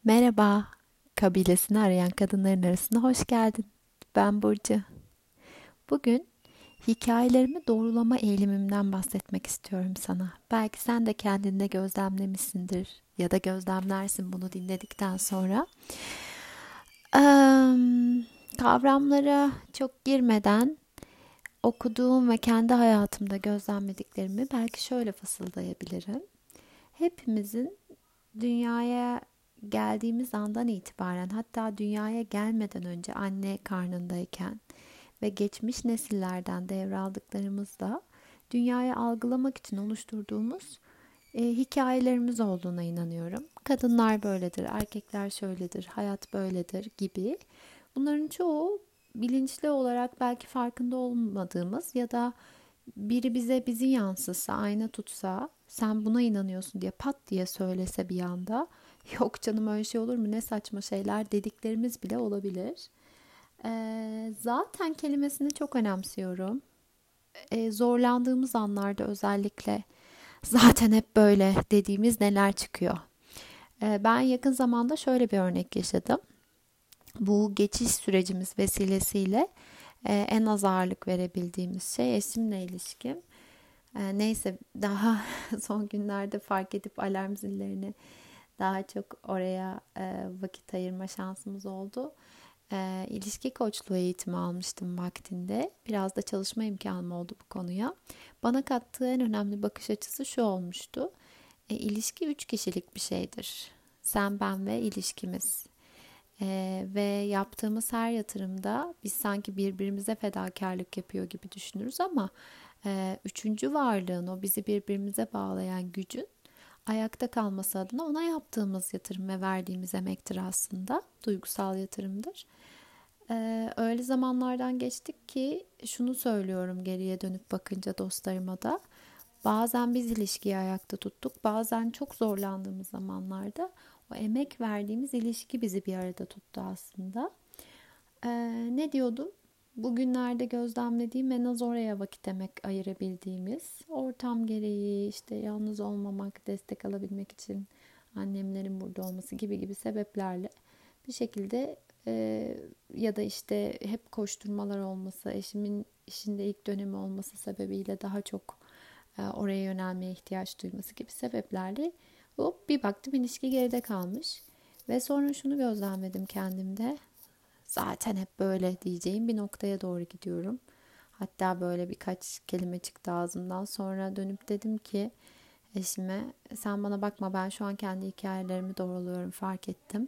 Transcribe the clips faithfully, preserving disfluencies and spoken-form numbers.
Merhaba, kabilesini arayan kadınların arasına hoş geldin. Ben Burcu. Bugün hikayelerimi doğrulama eğilimimden bahsetmek istiyorum sana. Belki sen de kendinde gözlemlemişsindir ya da gözlemlersin bunu dinledikten sonra. Eee, Kavramlara çok girmeden okuduğum ve kendi hayatımda gözlemlediklerimi belki şöyle fısıldayabilirim. Hepimizin dünyaya geldiğimiz andan itibaren, hatta dünyaya gelmeden önce anne karnındayken ve geçmiş nesillerden devraldıklarımızla dünyayı algılamak için oluşturduğumuz e, hikayelerimiz olduğuna inanıyorum. Kadınlar böyledir, erkekler şöyledir, hayat böyledir gibi. Bunların çoğu bilinçli olarak belki farkında olmadığımız ya da biri bize bizi yansısa, ayna tutsa, sen buna inanıyorsun diye pat diye söylese bir anda, yok canım öyle şey olur mu, ne saçma şeyler dediklerimiz bile olabilir. Ee, zaten kelimesini çok önemsiyorum. Ee, zorlandığımız anlarda özellikle zaten hep böyle dediğimiz neler çıkıyor. Ee, ben yakın zamanda şöyle bir örnek yaşadım. Bu geçiş sürecimiz vesilesiyle e, en az ağırlık verebildiğimiz şey eşimle ilişkim. E, neyse daha son günlerde fark edip alarm zillerini daha çok oraya e, vakit ayırma şansımız oldu. E, ilişki koçluğu eğitimi almıştım vaktinde. Biraz da çalışma imkanım oldu bu konuya. Bana kattığı en önemli bakış açısı şu olmuştu. E, ilişki üç kişilik bir şeydir. Sen, ben ve ilişkimiz. Ee, ve yaptığımız her yatırımda biz sanki birbirimize fedakarlık yapıyor gibi düşünürüz ama e, üçüncü varlığın, o bizi birbirimize bağlayan gücün ayakta kalması adına ona yaptığımız yatırım ve verdiğimiz emektir aslında. Duygusal yatırımdır. Ee, öyle zamanlardan geçtik ki şunu söylüyorum geriye dönüp bakınca dostlarıma da. Bazen biz ilişkiyi ayakta tuttuk, bazen çok zorlandığımız zamanlarda o emek verdiğimiz ilişki bizi bir arada tuttu aslında. Ee, ne diyordum? Bugünlerde gözlemlediğim en az oraya vakit emek ayırabildiğimiz, ortam gereği işte yalnız olmamak, destek alabilmek için annemlerin burada olması gibi gibi sebeplerle bir şekilde e, ya da işte hep koşturmalar olması, eşimin işinde ilk dönemi olması sebebiyle daha çok e, oraya yönelmeye ihtiyaç duyması gibi sebeplerle hop bir baktım ilişki geride kalmış. Ve sonra şunu gözlemledim kendimde. Zaten hep böyle diyeceğim bir noktaya doğru gidiyorum. Hatta böyle birkaç kelime çıktı ağzımdan. Sonra dönüp dedim ki eşime, sen bana bakma, ben şu an kendi hikayelerimi doğruluyorum, fark ettim.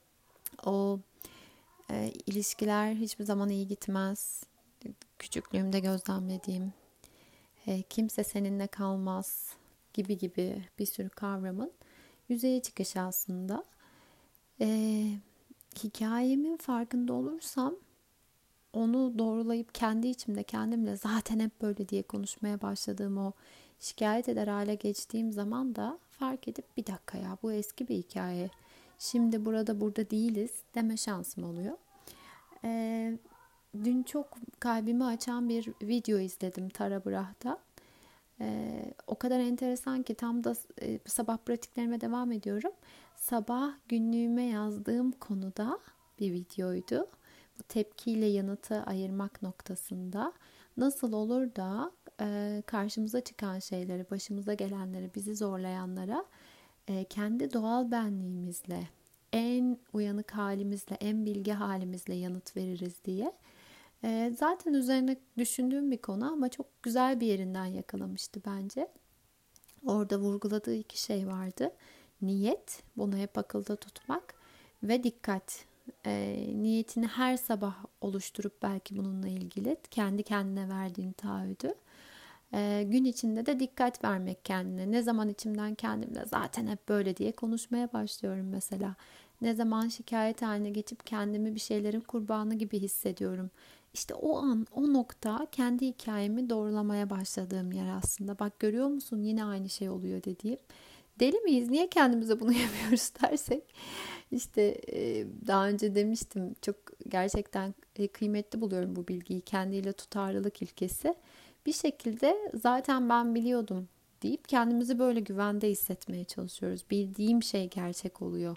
O e, ilişkiler hiçbir zaman iyi gitmez. Küçüklüğümde gözlemlediğim e, kimse seninle kalmaz gibi gibi bir sürü kavramın yüzeye çıkışı aslında. E, Hikayemin farkında olursam onu doğrulayıp kendi içimde kendimle zaten hep böyle diye konuşmaya başladığım o şikayet eder hale geçtiğim zaman da fark edip bir dakika ya bu eski bir hikaye. Şimdi burada burada değiliz deme şansım oluyor. Ee, Dün çok kalbimi açan bir video izledim Tara Brach'ta. Ee, o kadar enteresan ki tam da e, sabah pratiklerime devam ediyorum. Sabah günlüğüme yazdığım konuda bir videoydu. Bu tepkiyle yanıtı ayırmak noktasında nasıl olur da e, karşımıza çıkan şeyleri, başımıza gelenleri, bizi zorlayanlara e, kendi doğal benliğimizle, en uyanık halimizle, en bilge halimizle yanıt veririz diye. E, zaten üzerine düşündüğüm bir konu ama çok güzel bir yerinden yakalamıştı bence. Orada vurguladığı iki şey vardı. Niyet, bunu hep akılda tutmak ve dikkat. E, niyetini her sabah oluşturup belki bununla ilgili kendi kendine verdiğin taahhüdü. E, gün içinde de dikkat vermek kendine. Ne zaman içimden kendimle zaten hep böyle diye konuşmaya başlıyorum mesela. Ne zaman şikayet haline geçip kendimi bir şeylerin kurbanı gibi hissediyorum. İşte o an, o nokta kendi hikayemi doğrulamaya başladığım yer aslında. Bak görüyor musun yine aynı şey oluyor dediğim. Deli miyiz? Niye kendimize bunu yapıyoruz dersek. İşte e, daha önce demiştim çok gerçekten e, kıymetli buluyorum bu bilgiyi. Kendiyle tutarlılık ilkesi. Bir şekilde zaten ben biliyordum deyip kendimizi böyle güvende hissetmeye çalışıyoruz. Bildiğim şey gerçek oluyor.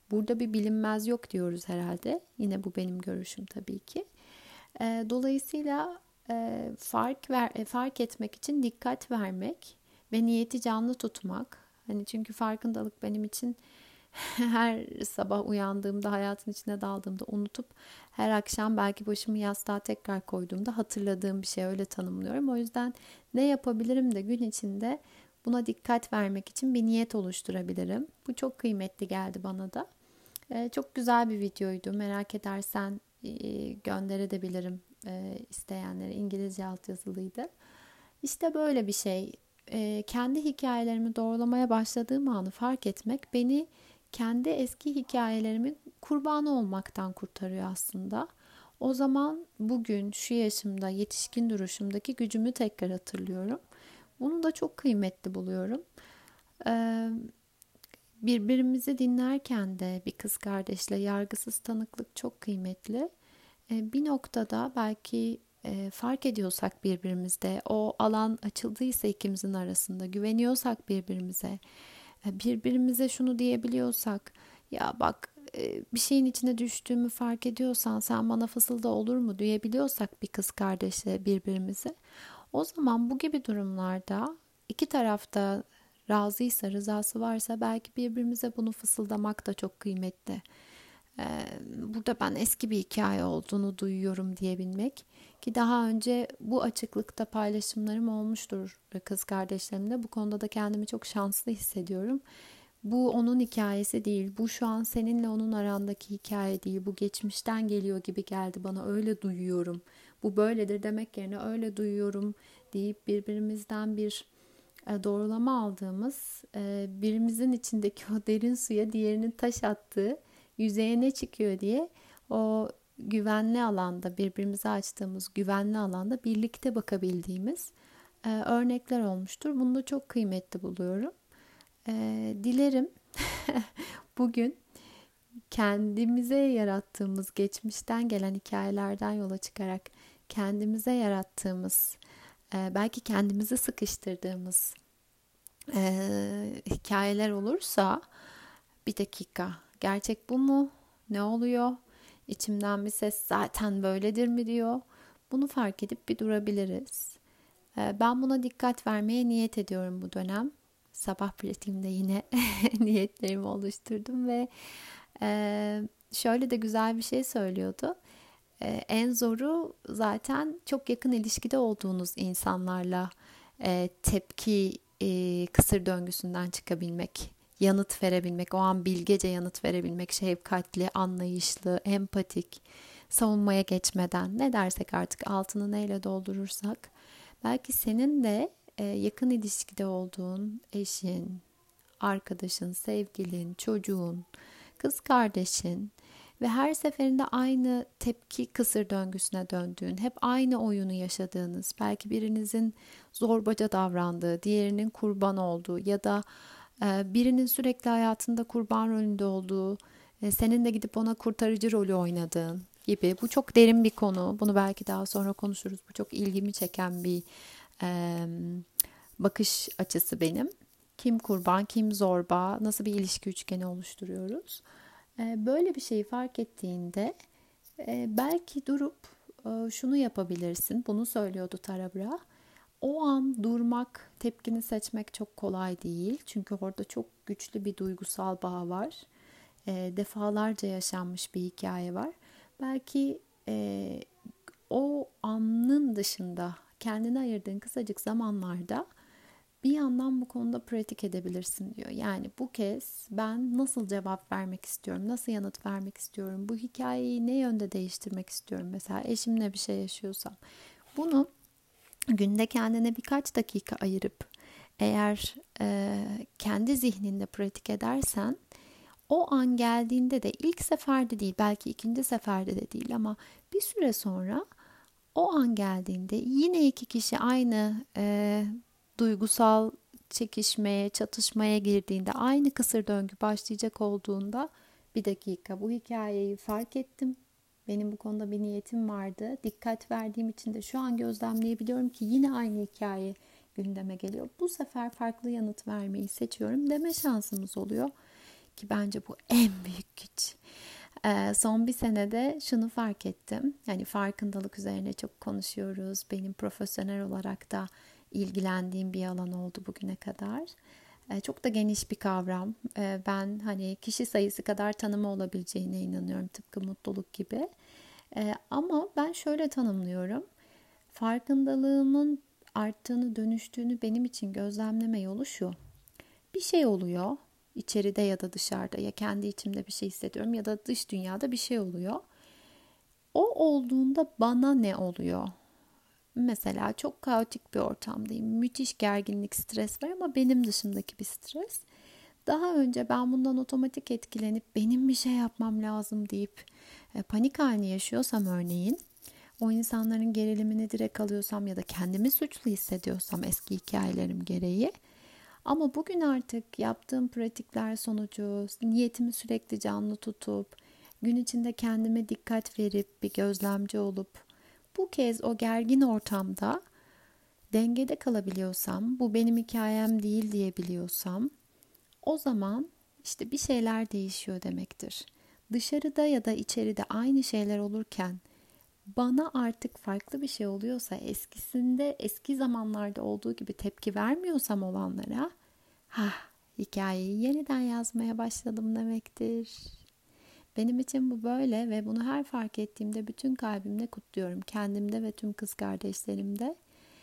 Burada bir bilinmez yok diyoruz herhalde. Yine bu benim görüşüm tabii ki. E, dolayısıyla e, fark ver, e, fark etmek için dikkat vermek ve niyeti canlı tutmak. Hani çünkü farkındalık benim için her sabah uyandığımda, hayatın içine daldığımda unutup her akşam belki başımı yastığa tekrar koyduğumda hatırladığım bir şey, öyle tanımlıyorum. O yüzden ne yapabilirim de gün içinde buna dikkat vermek için bir niyet oluşturabilirim. Bu çok kıymetli geldi bana da. Ee, çok güzel bir videoydu. Merak edersen e, gönderebilirim e, isteyenlere. İngilizce altyazılıydı. İşte böyle bir şey. Ee, kendi hikayelerimi doğrulamaya başladığım anı fark etmek beni kendi eski hikayelerimin kurbanı olmaktan kurtarıyor aslında. O zaman bugün şu yaşımda, yetişkin duruşumdaki gücümü tekrar hatırlıyorum. Bunu da çok kıymetli buluyorum. Ee, birbirimizi dinlerken de bir kız kardeşle yargısız tanıklık çok kıymetli. Ee, bir noktada belki e, fark ediyorsak birbirimizde, o alan açıldıysa ikimizin arasında, güveniyorsak birbirimize, birbirimize şunu diyebiliyorsak, ya bak e, bir şeyin içine düştüğümü fark ediyorsan sen bana fısılda olur mu diyebiliyorsak bir kız kardeşle birbirimize, o zaman bu gibi durumlarda iki tarafta razıysa, rızası varsa belki birbirimize bunu fısıldamak da çok kıymetli. Burada ben eski bir hikaye olduğunu duyuyorum diyebilmek, ki daha önce bu açıklıkta paylaşımlarım olmuştur kız kardeşlerimle. Bu konuda da kendimi çok şanslı hissediyorum. Bu onun hikayesi değil, bu şu an seninle onun arandaki hikaye değil, bu geçmişten geliyor gibi geldi bana, öyle duyuyorum. Bu böyledir demek yerine öyle duyuyorum deyip birbirimizden bir doğrulama aldığımız, birimizin içindeki o derin suya diğerinin taş attığı yüzeye ne çıkıyor diye o güvenli alanda, birbirimize açtığımız güvenli alanda birlikte bakabildiğimiz e, örnekler olmuştur. Bunu da çok kıymetli buluyorum. E, dilerim bugün kendimize yarattığımız, geçmişten gelen hikayelerden yola çıkarak kendimize yarattığımız, e, belki kendimizi sıkıştırdığımız e, hikayeler olursa, bir dakika, gerçek bu mu? Ne oluyor? İçimden bir ses zaten böyledir mi diyor. Bunu fark edip bir durabiliriz. Ben buna dikkat vermeye niyet ediyorum bu dönem. Sabah pratiğimde yine niyetlerimi oluşturdum ve şöyle de güzel bir şey söylüyordu. En zoru zaten çok yakın ilişkide olduğunuz insanlarla tepki kısır döngüsünden çıkabilmek, yanıt verebilmek, o an bilgece yanıt verebilmek, şefkatli, anlayışlı, empatik, savunmaya geçmeden, ne dersek artık altını neyle doldurursak, belki senin de yakın ilişkide olduğun eşin, arkadaşın, sevgilin, çocuğun, kız kardeşin ve her seferinde aynı tepki kısır döngüsüne döndüğün, hep aynı oyunu yaşadığınız, belki birinizin zorbaca davrandığı, diğerinin kurban olduğu ya da birinin sürekli hayatında kurban rolünde olduğu, senin de gidip ona kurtarıcı rolü oynadığın gibi. Bu çok derin bir konu. Bunu belki daha sonra konuşuruz. Bu çok ilgimi çeken bir e, bakış açısı benim. Kim kurban, kim zorba, nasıl bir ilişki üçgeni oluşturuyoruz? E, böyle bir şeyi fark ettiğinde e, belki durup e, şunu yapabilirsin. Bunu söylüyordu Tara Brach. O an durmak, tepkini seçmek çok kolay değil. Çünkü orada çok güçlü bir duygusal bağ var. E, defalarca yaşanmış bir hikaye var. Belki e, o anın dışında kendine ayırdığın kısacık zamanlarda bir yandan bu konuda pratik edebilirsin diyor. Yani bu kez ben nasıl cevap vermek istiyorum, nasıl yanıt vermek istiyorum, bu hikayeyi ne yönde değiştirmek istiyorum. Mesela eşimle bir şey yaşıyorsam bunu günde kendine birkaç dakika ayırıp eğer e, kendi zihninde pratik edersen, o an geldiğinde de ilk seferde değil, belki ikinci seferde de değil ama bir süre sonra o an geldiğinde yine iki kişi aynı e, duygusal çekişmeye, çatışmaya girdiğinde, aynı kısır döngü başlayacak olduğunda, bir dakika, bu hikayeyi fark ettim. Benim bu konuda bir niyetim vardı. Dikkat verdiğim için de şu an gözlemleyebiliyorum ki yine aynı hikaye gündeme geliyor. Bu sefer farklı yanıt vermeyi seçiyorum deme şansımız oluyor. Ki bence bu en büyük güç. Ee, son bir senede şunu fark ettim. Yani farkındalık üzerine çok konuşuyoruz. Benim profesyonel olarak da ilgilendiğim bir alan oldu bugüne kadar. Ee, çok da geniş bir kavram. Ee, ben hani kişi sayısı kadar tanımı olabileceğine inanıyorum. Tıpkı mutluluk gibi. Ee, ama ben şöyle tanımlıyorum. Farkındalığımın arttığını, dönüştüğünü benim için gözlemleme yolu şu. Bir şey oluyor. İçeride ya da dışarıda, ya kendi içimde bir şey hissediyorum ya da dış dünyada bir şey oluyor. O olduğunda bana ne oluyor? Mesela çok kaotik bir ortamdayım. Müthiş gerginlik, stres var ama benim dışımdaki bir stres. Daha önce ben bundan otomatik etkilenip benim bir şey yapmam lazım deyip e, panik halini yaşıyorsam örneğin, o insanların gerilimini direkt alıyorsam ya da kendimi suçlu hissediyorsam eski hikayelerim gereği, ama bugün artık yaptığım pratikler sonucu niyetimi sürekli canlı tutup gün içinde kendime dikkat verip bir gözlemci olup bu kez o gergin ortamda dengede kalabiliyorsam, bu benim hikayem değil diyebiliyorsam, o zaman işte bir şeyler değişiyor demektir. Dışarıda ya da içeride aynı şeyler olurken bana artık farklı bir şey oluyorsa, eskisinde, eski zamanlarda olduğu gibi tepki vermiyorsam olanlara, ha, hikayeyi yeniden yazmaya başladım demektir. Benim için bu böyle ve bunu her fark ettiğimde bütün kalbimle kutluyorum. Kendimde ve tüm kız kardeşlerimde.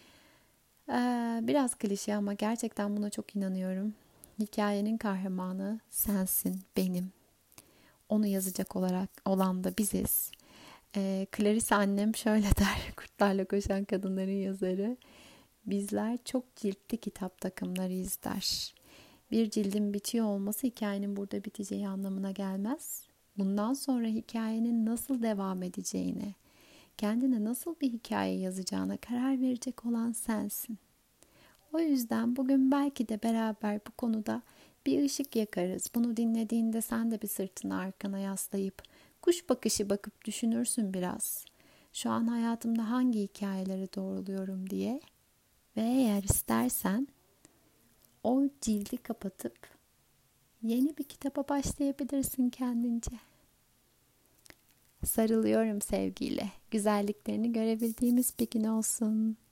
Ee, biraz klişe ama gerçekten buna çok inanıyorum. Hikayenin kahramanı sensin, benim. Onu yazacak olarak olan da biziz. Ee, Clarice annem şöyle der, Kurtlarla Koşan Kadınların yazarı. Bizler çok ciltli kitap takımlarıyız der. Bir cildin bitiyor olması hikayenin burada biteceği anlamına gelmez. Bundan sonra hikayenin nasıl devam edeceğine, kendine nasıl bir hikaye yazacağına karar verecek olan sensin. O yüzden bugün belki de beraber bu konuda bir ışık yakarız. Bunu dinlediğinde sen de bir sırtını arkana yaslayıp kuş bakışı bakıp düşünürsün biraz. Şu an hayatımda hangi hikayeleri doğruluyorum diye. Ve eğer istersen o cildi kapatıp yeni bir kitaba başlayabilirsin kendince. Sarılıyorum sevgiyle. Güzelliklerini görebildiğimiz bir gün olsun.